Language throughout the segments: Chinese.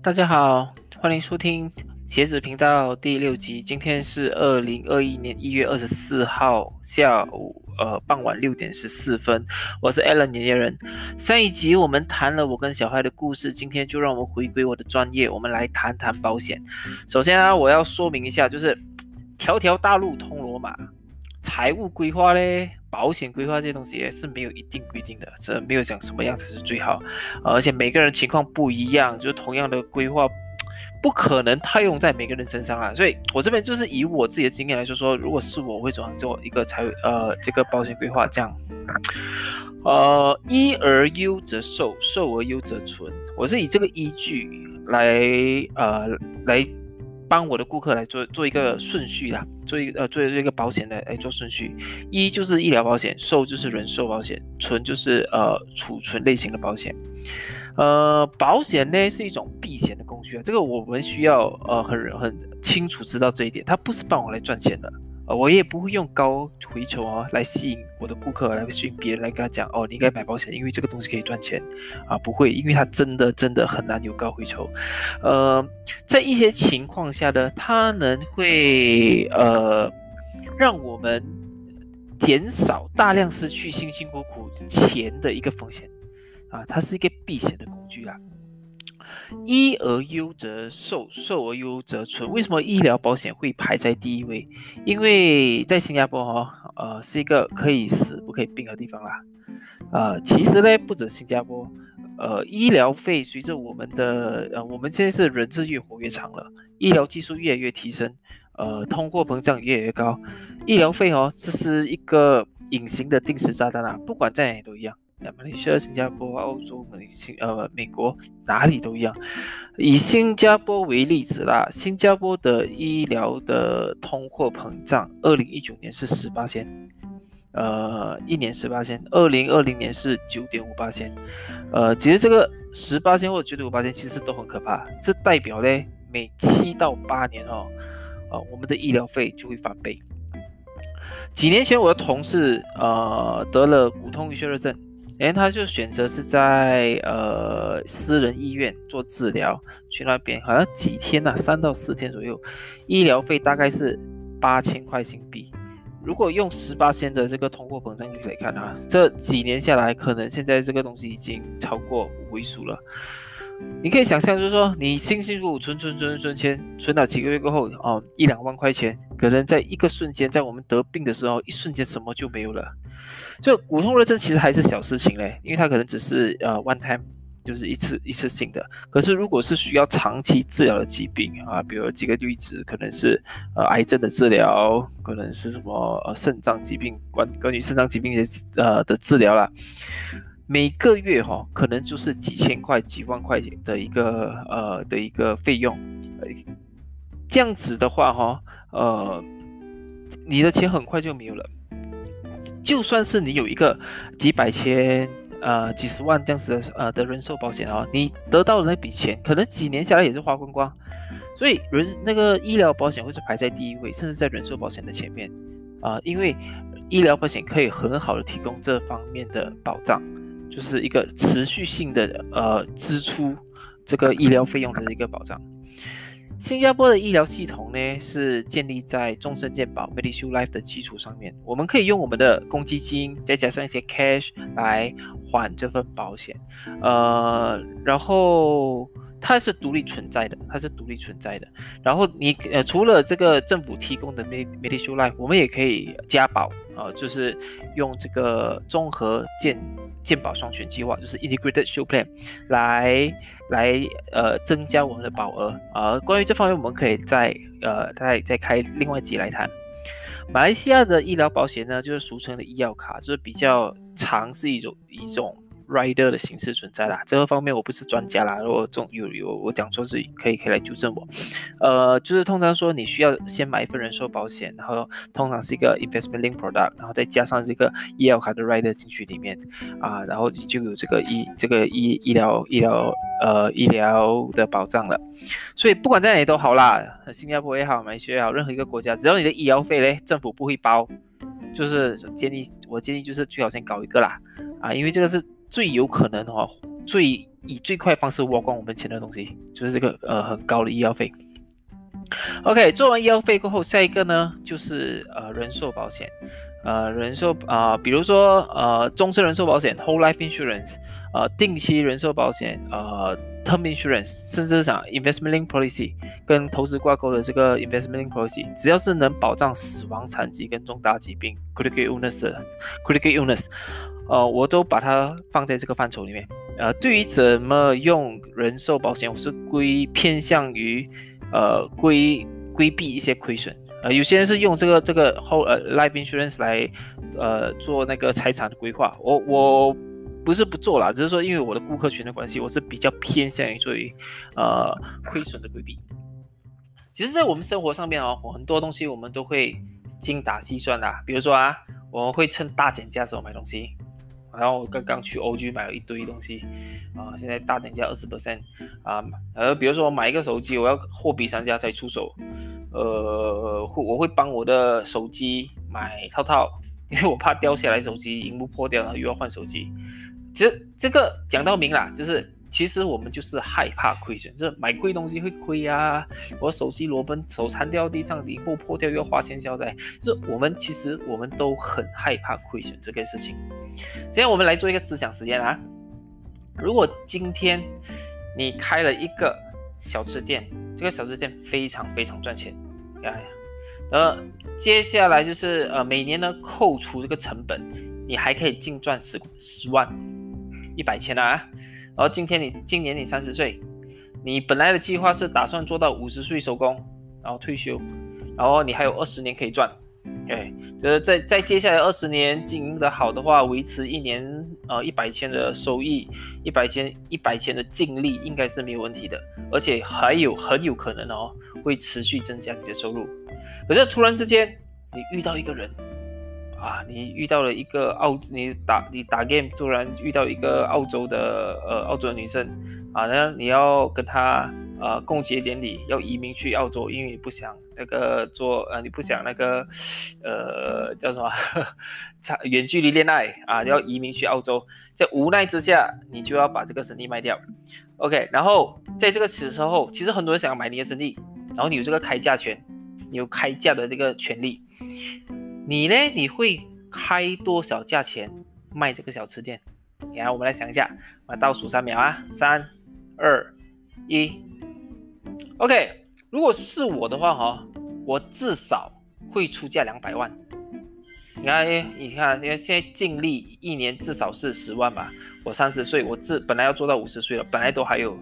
大家好，欢迎收听鞋子频道第6集。今天是2021年1月24号下午傍晚6点14分，我是 Alan 年轻人。上一集我们谈了我跟小孩的故事，今天就让我们回归我的专业，我们来谈谈保险。首先啊，我要说明一下，就是条条大路通罗马，财务规划嘞。保险规划这些东西是没有一定规定的，是没有讲什么样才是最好，而且每个人情况不一样，就是同样的规划不可能套用在每个人身上啦。所以我这边就是以我自己的经验来说，如果是我会怎样做一个这个保险规划这样。一而优则受，受而优则存。我是以这个依据来帮我的顾客来做一个顺序啦，做这个保险来做顺序。一就是医疗保险，受就是人寿保险，存就是储存类型的保险。保险呢是一种避险的工具啊，这个我们需要很清楚知道这一点，它不是帮我来赚钱的。我也不会用高回酬来吸引我的顾客，来吸引别人来跟他讲你应该买保险，因为这个东西可以赚钱不会，因为它真的很难有高回酬。在一些情况下呢，它能会让我们减少大量失去辛辛苦苦钱的一个风险它是一个避险的工具啦。医而优则受，受而优则存。为什么医疗保险会排在第一位？因为在新加坡是一个可以死不可以病的地方啦。其实呢，不止新加坡，医疗费随着我们现在是人是越活越长了，医疗技术越来越提升，通货膨胀越来越高，医疗费这是一个隐形的定时炸弹不管在哪里都一样。马来西亚、新加坡、澳洲、美国哪里都一样。以新加坡为例子啦，新加坡的医疗的通货膨胀，2019年是18%，一年18%，2020年是9.5%，其实这个18%或者9.5%其实都很可怕，这代表呢每7到8年我们的医疗费就会翻倍。几年前我的同事得了骨痛淤血热症。他就选择是在私人医院做治疗，去那边好像几天3到4天左右，医疗费大概是8000块新币。如果用18%的这个通货膨胀率来看这几年下来，可能现在这个东西已经超过5位数了。你可以想象，就是说你辛辛苦苦存钱，存了几个月过后1-2万块钱，可能在一个瞬间，在我们得病的时候，一瞬间什么就没有了。就骨痛热症其实还是小事情嘞，因为它可能只是one time， 就是一次性的。可是如果是需要长期治疗的疾病比如几个例子，可能是癌症的治疗，可能是什么肾脏疾病，关于肾脏疾病的治疗啦。每个月可能就是几千块、几万块的一个费用，这样子的话你的钱很快就没有了。就算是你有一个几百千、几十万这样子的人寿保险你得到的那笔钱，可能几年下来也是花光光。所以那个医疗保险会是排在第一位，甚至在人寿保险的前面因为医疗保险可以很好的提供这方面的保障。就是一个持续性的支出这个医疗费用的一个保障。新加坡的医疗系统呢是建立在终身健保 Medishield Life 的基础上面，我们可以用我们的公积金再加上一些 cash 来还这份保险，然后它是独立存在的，然后你除了这个政府提供的 Medishield Life， 我们也可以加保就是用这个综合健保双全计划，就是 Integrated Shield Plan 来增加我们的保额关于这方面我们可以再开另外一集来谈。马来西亚的医疗保险呢，就是俗称的医药卡，就是比较常是一种rider 的形式存在啦，这个方面我不是专家啦，如果我讲错是可以来纠正我。就是通常说你需要先买一份人寿保险，然后通常是一个 investment link product， 然后再加上这个医药卡的 rider 进去里面然后你就有这个医疗的保障了。所以不管在哪里都好啦，新加坡也好，马来西亚也好，任何一个国家，只要你的医疗费嘞政府不会包，就是我建议就是最好先搞一个啦因为这个是最有可能以最快的方式挖光我们钱的东西，就是这个很高的医药费。OK， 做完医药费过后，下一个呢就是人寿保险。比如说终身人寿保险 （whole life insurance），定期人寿保险，term insurance， 甚至是讲 investment-linked policy， 跟投资挂钩的这个 investment-linked policy， 只要是能保障死亡、残疾跟重大疾病 （critical illness），我都把它放在这个范畴里面。对于怎么用人寿保险，我是偏向于规避一些亏损。有些人是用这个life insurance 来做那个财产的规划，我不是不做啦，只是说因为我的顾客群的关系，我是比较偏向于做于亏损的规避。其实，在我们生活上面很多东西我们都会精打细算啦，比如说我们会趁大减价的时候买东西。然后我刚刚去 OG 买了一堆东西现在大减价 20% 比如说我买一个手机，我要货比三家才出手，我会帮我的手机买套，因为我怕掉下来手机荧幕破掉，然后又要换手机。其实这个讲到明啦，就是其实我们就是害怕亏损，就是买贵东西会亏我手机裸奔手残掉地上，荧幕破掉又要花钱消灾，就是其实我们都很害怕亏损这个事情。现在我们来做一个思想实验如果今天你开了一个小吃店，这个小吃店非常非常赚钱，接下来就是每年呢扣除这个成本，你还可以净赚10万100千然后今年你30岁，你本来的计划是打算做到50岁收工，然后退休，然后你还有20年可以赚。就是在接下来20年经营的好的话，维持1年100千的收益，100千的净利应该是没有问题的，而且很有可能会持续增加你的收入。可是突然之间你遇到一个人你遇到了一个你打 game 突然遇到一个澳洲的女生你要跟她共结连理，要移民去澳洲，因为你不想你不想叫什么远距离恋爱要移民去澳洲，在无奈之下你就要把这个生意卖掉。 OK， 然后在这个时候其实很多人想要买你的生意，然后你有这个开价权，你有开价的这个权利，你会开多少价钱卖这个小吃店？然后我们来想一下，我倒数3秒3、2、1。 OK， 如果是我的话我至少会出价200万。你看因为现在净利1年至少是10万嘛，我30岁，我本来要做到50岁了，本来都还有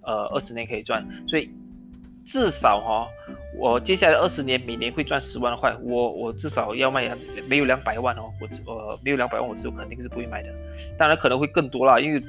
20年可以赚，所以至少我接下来20年每年会赚10万块，我至少要卖没有200万没有200万我是肯定是不会卖的。当然可能会更多啦，因为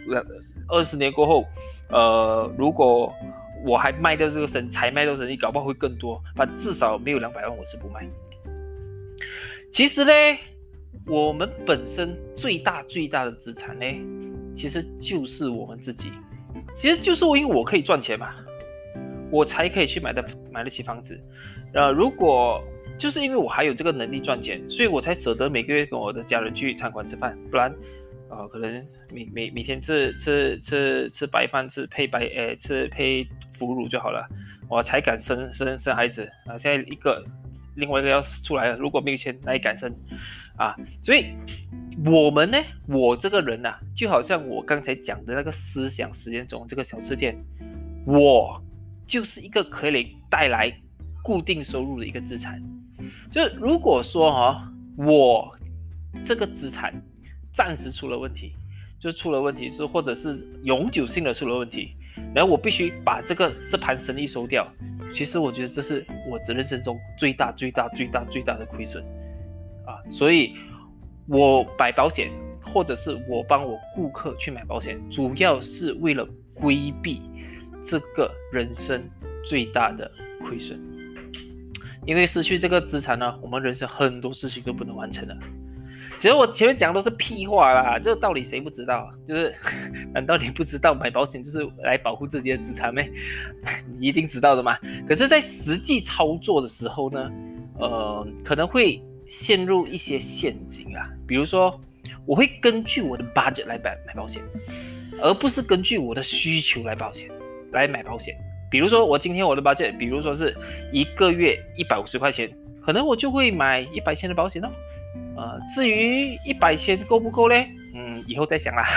20年过后如果我还卖掉这个才卖掉生意，搞不好会更多，但至少没有200万我是不卖。其实呢，我们本身最大的资产呢，其实就是我们自己，其实就是因为我可以赚钱嘛，我才可以去买得起房子。如果就是因为我还有这个能力赚钱，所以我才舍得每个月跟我的家人去餐馆吃饭，不然可能每天吃白饭，吃配腐乳就好了，我才敢生孩子现在另外一个要出来了，如果没有钱哪里敢生所以我这个人就好像我刚才讲的那个思想实验中这个小吃店，我就是一个可以带来固定收入的一个资产。就是如果说我这个资产暂时出了问题，或者是永久性的出了问题，然后我必须把这盘生意收掉，其实我觉得这是我人生中最大的亏损所以我买保险，或者是我帮我顾客去买保险，主要是为了规避这个人生最大的亏损。因为失去这个资产呢，我们人生很多事情都不能完成了。其实我前面讲的都是屁话啦，这个道理谁不知道？就是难道你不知道买保险就是来保护自己的资产吗？你一定知道的嘛。可是在实际操作的时候呢可能会陷入一些陷阱比如说我会根据我的 budget 来买保险而不是根据我的需求来买保险。比如说我今天我的 budget， 比如说是一个月150块钱，可能我就会买100千的保险哦。至于100千够不够嘞？以后再想啦。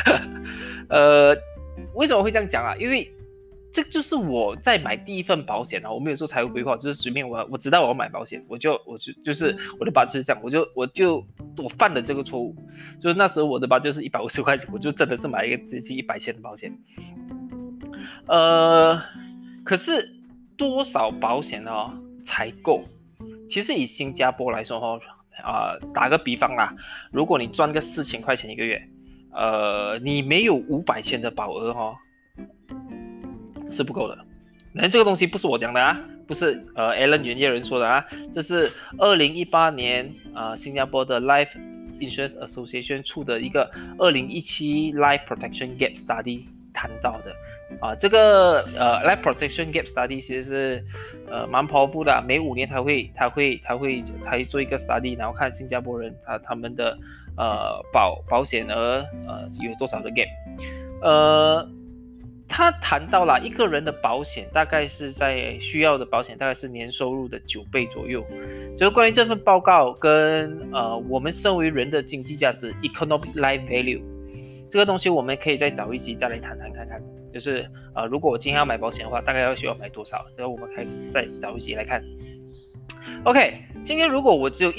为什么会这样讲啊？因为这就是我在买第一份保险啊，我没有做财务规划，就是随便我知道我要买保险，就是我的 budget 是这样，我犯了这个错误，就是那时候我的 budget 是150块钱，我就真的是买一个接近100千的保险。可是多少保险才够？其实以新加坡来说打个比方啦，如果你赚个4000块钱一个月，你没有500千的保额是不够的。这个东西不是我讲的啊，不是Alan 原业人说的啊，这是2018年新加坡的 Life Insurance Association 出的一个2017 Life Protection Gap Study 谈到的。这个Life Protection Gap Study 其实是蛮 powerful 的，每5年他会做一个 study， 然后看新加坡人他们的保险额有多少的 gap。他谈到了一个人的保险大概是在需要的保险大概是年收入的9倍左右。就是关于这份报告跟我们身为人的经济价值 Economic Life Value 这个东西，我们可以再找一集再来谈看看。就是如果我今天要买保险的话，大概需要买多少？然后我们可以再找一集来看。OK， 今天如果我只有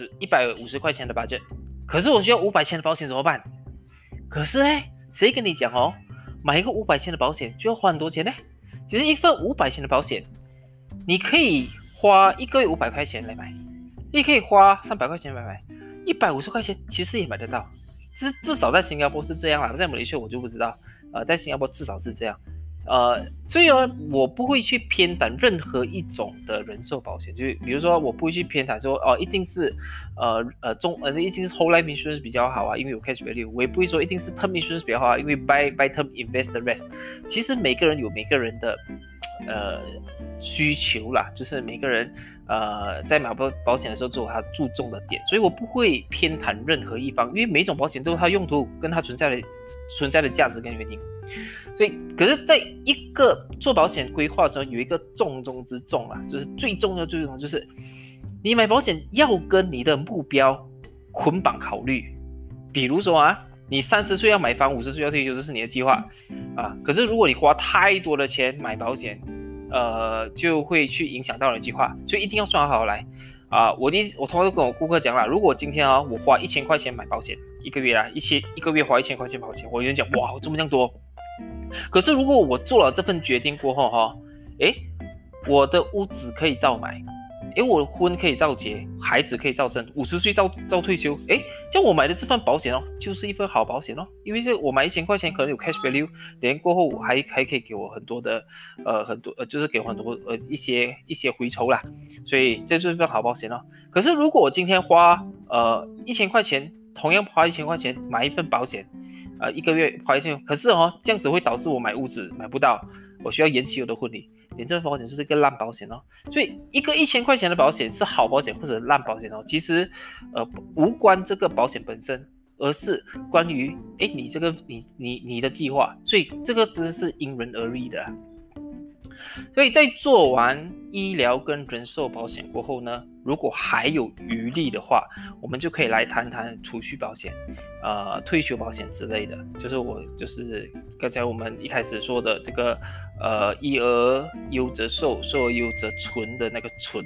150块钱的 budget， 可是我需要500千的保险怎么办？可是呢，谁跟你讲买一个500千的保险就要花很多钱呢？其实一份500千的保险，你可以花1个月500块钱来买，你可以花300块钱来买，150块钱其实也买得到。至少在新加坡是这样啦，在马来西亚我就不知道。在新加坡至少是这样。所以我不会去偏袒任何一种的人寿保险，就是比如说我不会去偏袒说一定是一定是 whole life insurance 比较好啊，因为有 cash value。我也不会说一定是 term insurance 比较好啊，因为 buy term invest the rest。其实每个人有每个人的需求啦，就是每个人在买保险的时候都有他注重的点，所以我不会偏袒任何一方，因为每种保险都有它用途跟它存在的价值跟原因。所以可是在一个做保险规划的时候，有一个重中之重啦，就是最重要就是你买保险要跟你的目标捆绑考虑。比如说你30岁要买房，50岁要退休，这是你的计划可是如果你花太多的钱买保险，就会去影响到你的计划，所以一定要算好来我通常都跟我顾客讲啦，如果今天我花1000块钱买保险，一个月花1000块钱保险，我有人讲哇，怎么这样多？可是如果我做了这份决定过后我的屋子可以照买，我的婚可以照结，孩子可以照生，50岁照退休，这样我买的这份保险就是一份好保险因为我买1000块钱可能有 cash value， 连过后还可以给我很多的就是给我很多一些回酬啦，所以这就是一份好保险可是如果我今天花1000块钱，同样花1000块钱买一份保险，一个月花1000，可是这样子会导致我买屋子买不到，我需要延期我的婚礼，连这份保险就是一个烂保险所以一个1000块钱的保险是好保险或者烂保险其实无关这个保险本身，而是关于你这个你的计划，所以这个真的是因人而异的所以在做完医疗跟人寿保险过后呢，如果还有余力的话，我们就可以来谈谈储蓄保险退休保险之类的，就是刚才我们一开始说的这个一而优则寿，寿而优则存的那个存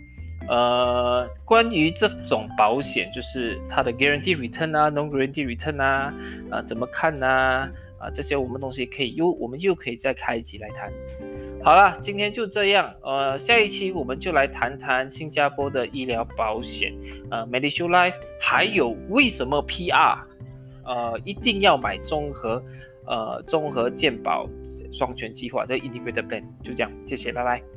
关于这种保险，就是它的 guarantee return non guarantee return 怎么看这些我们东西我们又可以再开一集来谈。好了，今天就这样。下一期我们就来谈谈新加坡的医疗保险，Medishield Life， 还有为什么 PR一定要买综合健保双全计划，这个 Integrated Plan。就这样，谢谢，拜拜。